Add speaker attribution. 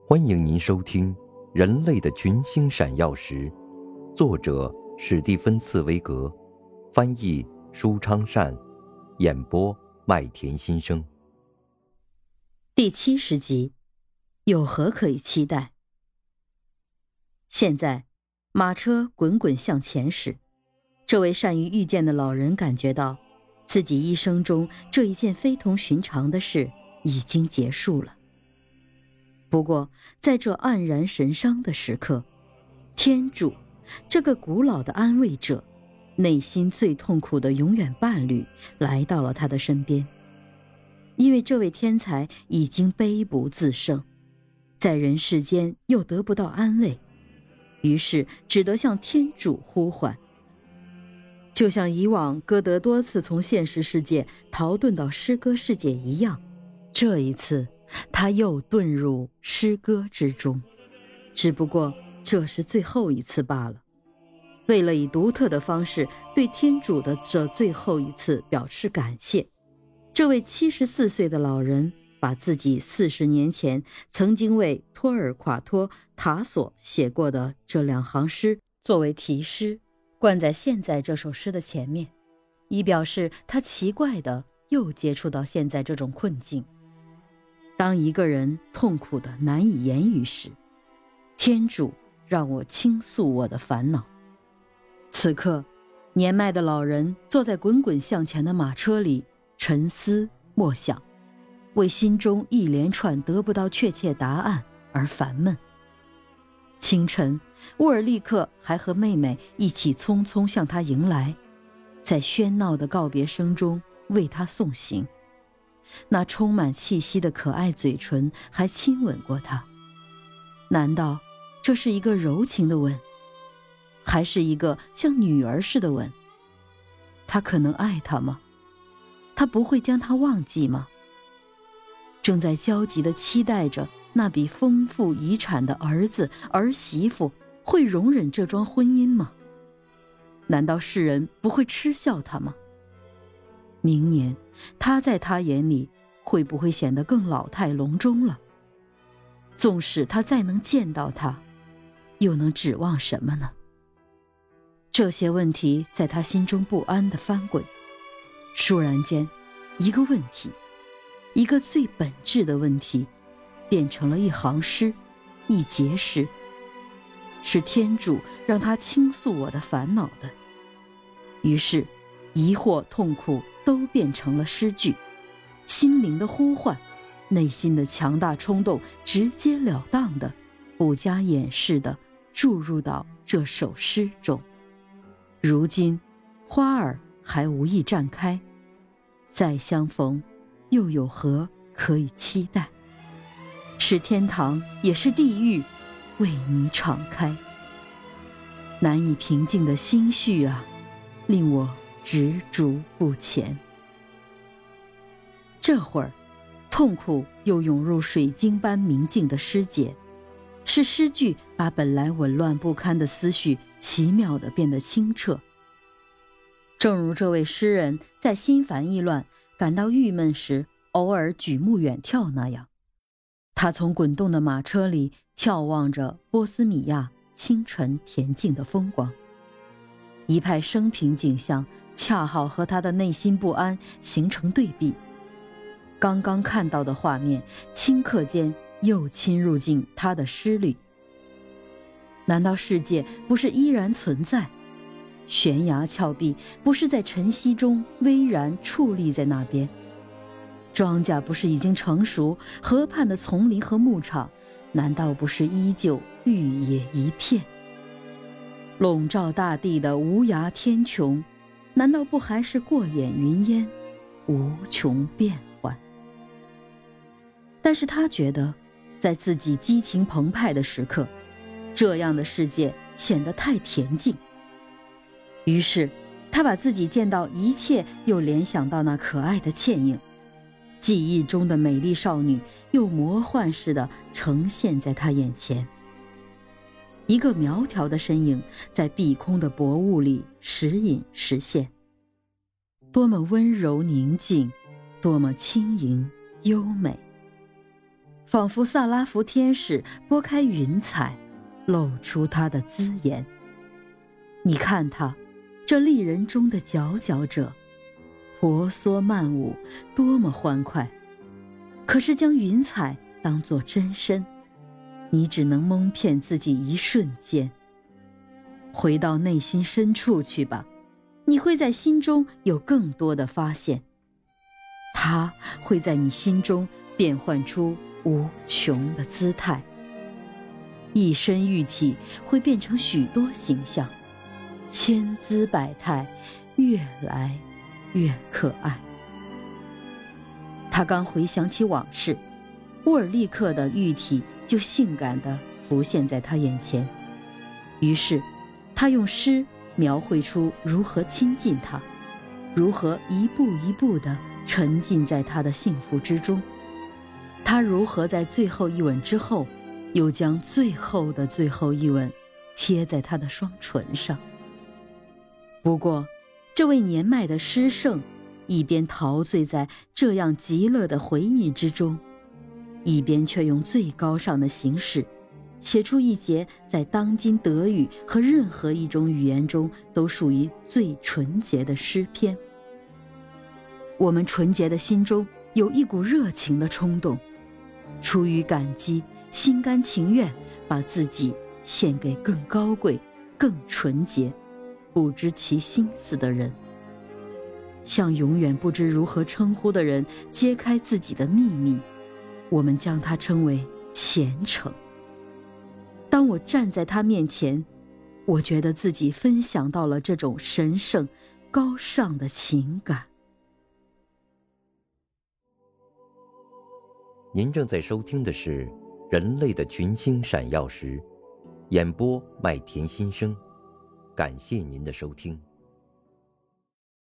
Speaker 1: 欢迎您收听《人类的群星闪耀时》，作者史蒂芬·茨威格，翻译舒昌善，演播麦田心声。
Speaker 2: 第70集，有何可以期待？现在，马车滚滚向前时，这位善于预见的老人感觉到，自己一生中这一件非同寻常的事已经结束了。不过，在这黯然神伤的时刻，天主，这个古老的安慰者，内心最痛苦的永远伴侣，来到了他的身边。因为这位天才已经悲不自胜，在人世间又得不到安慰，于是只得向天主呼唤。就像以往歌德多次从现实世界逃遁到诗歌世界一样，这一次他又遁入诗歌之中，只不过这是最后一次罢了。为了以独特的方式对天主的这最后一次表示感谢，这位74岁的老人把自己40年前曾经为托尔垮托塔索写过的这2行诗作为题诗，冠在现在这首诗的前面，以表示他奇怪的又接触到现在这种困境。当一个人痛苦的难以言语时，天主让我倾诉我的烦恼。此刻，年迈的老人坐在滚滚向前的马车里，沉思默想，为心中一连串得不到确切答案而烦闷。清晨，乌尔利克还和妹妹一起匆匆向他迎来，在喧闹的告别声中为他送行。那充满气息的可爱嘴唇还亲吻过他。难道这是一个柔情的吻，还是一个像女儿似的吻？他可能爱她吗？他不会将她忘记吗？正在焦急地期待着那笔丰富遗产的儿子儿媳妇会容忍这桩婚姻吗？难道世人不会嗤笑他吗？明年他在他眼里会不会显得更老态龙钟了？纵使他再能见到他，又能指望什么呢？这些问题在他心中不安地翻滚。倏然间，一个问题，一个最本质的问题，变成了一行诗，一节诗。是天主让他倾诉我的烦恼的。于是疑惑痛苦都变成了诗句，心灵的呼唤，内心的强大冲动直截了当的不加掩饰的注入到这首诗中。如今花儿还无意绽开，再相逢又有何可以期待？是天堂也是地狱为你敞开。难以平静的心绪啊，令我执着不前。这会儿痛苦又涌入水晶般明净的诗节，是诗句把本来紊乱不堪的思绪奇妙地变得清澈。正如这位诗人在心烦意乱感到郁闷时偶尔举目远眺那样，他从滚动的马车里眺望着波斯米亚清晨恬静的风光，一派生平景象恰好和他的内心不安形成对比。刚刚看到的画面顷刻间又侵入进他的诗里。难道世界不是依然存在？悬崖峭壁不是在晨曦中巍然矗立在那边？庄稼不是已经成熟？河畔的丛林和牧场难道不是依旧绿野一片？笼罩大地的无涯天穹难道不还是过眼云烟，无穷变幻？但是他觉得在自己激情澎湃的时刻，这样的世界显得太恬静。于是他把自己见到一切又联想到那可爱的倩影，记忆中的美丽少女又魔幻似的呈现在他眼前。一个苗条的身影在碧空的薄雾里时隐时现，多么温柔宁静，多么轻盈优美。 仿佛萨拉弗天使拨开云彩，露出他的姿颜。你看他，这丽人中的佼佼者，婆娑曼舞，多么欢快！可是将云彩当作真身，你只能蒙骗自己一瞬间。回到内心深处去吧，你会在心中有更多的发现，它会在你心中变换出无穷的姿态，一身玉体会变成许多形象，千姿百态，越来越可爱。他刚回想起往事，乌尔利克的玉体就性感地浮现在他眼前。于是他用诗描绘出如何亲近他，如何一步一步地沉浸在他的幸福之中，他如何在最后一吻之后，又将最后的最后一吻贴在他的双唇上。不过，这位年迈的诗圣一边陶醉在这样极乐的回忆之中，一边却用最高尚的形式写出一节在当今德语和任何一种语言中都属于最纯洁的诗篇。我们纯洁的心中有一股热情的冲动，出于感激，心甘情愿把自己献给更高贵、更纯洁、不知其心思的人，向永远不知如何称呼的人揭开自己的秘密，我们将它称为虔诚。当我站在他面前，我觉得自己分享到了这种神圣、高尚的情感。
Speaker 1: 您正在收听的是《人类的群星闪耀时》，演播麦田心声，感谢您的收听。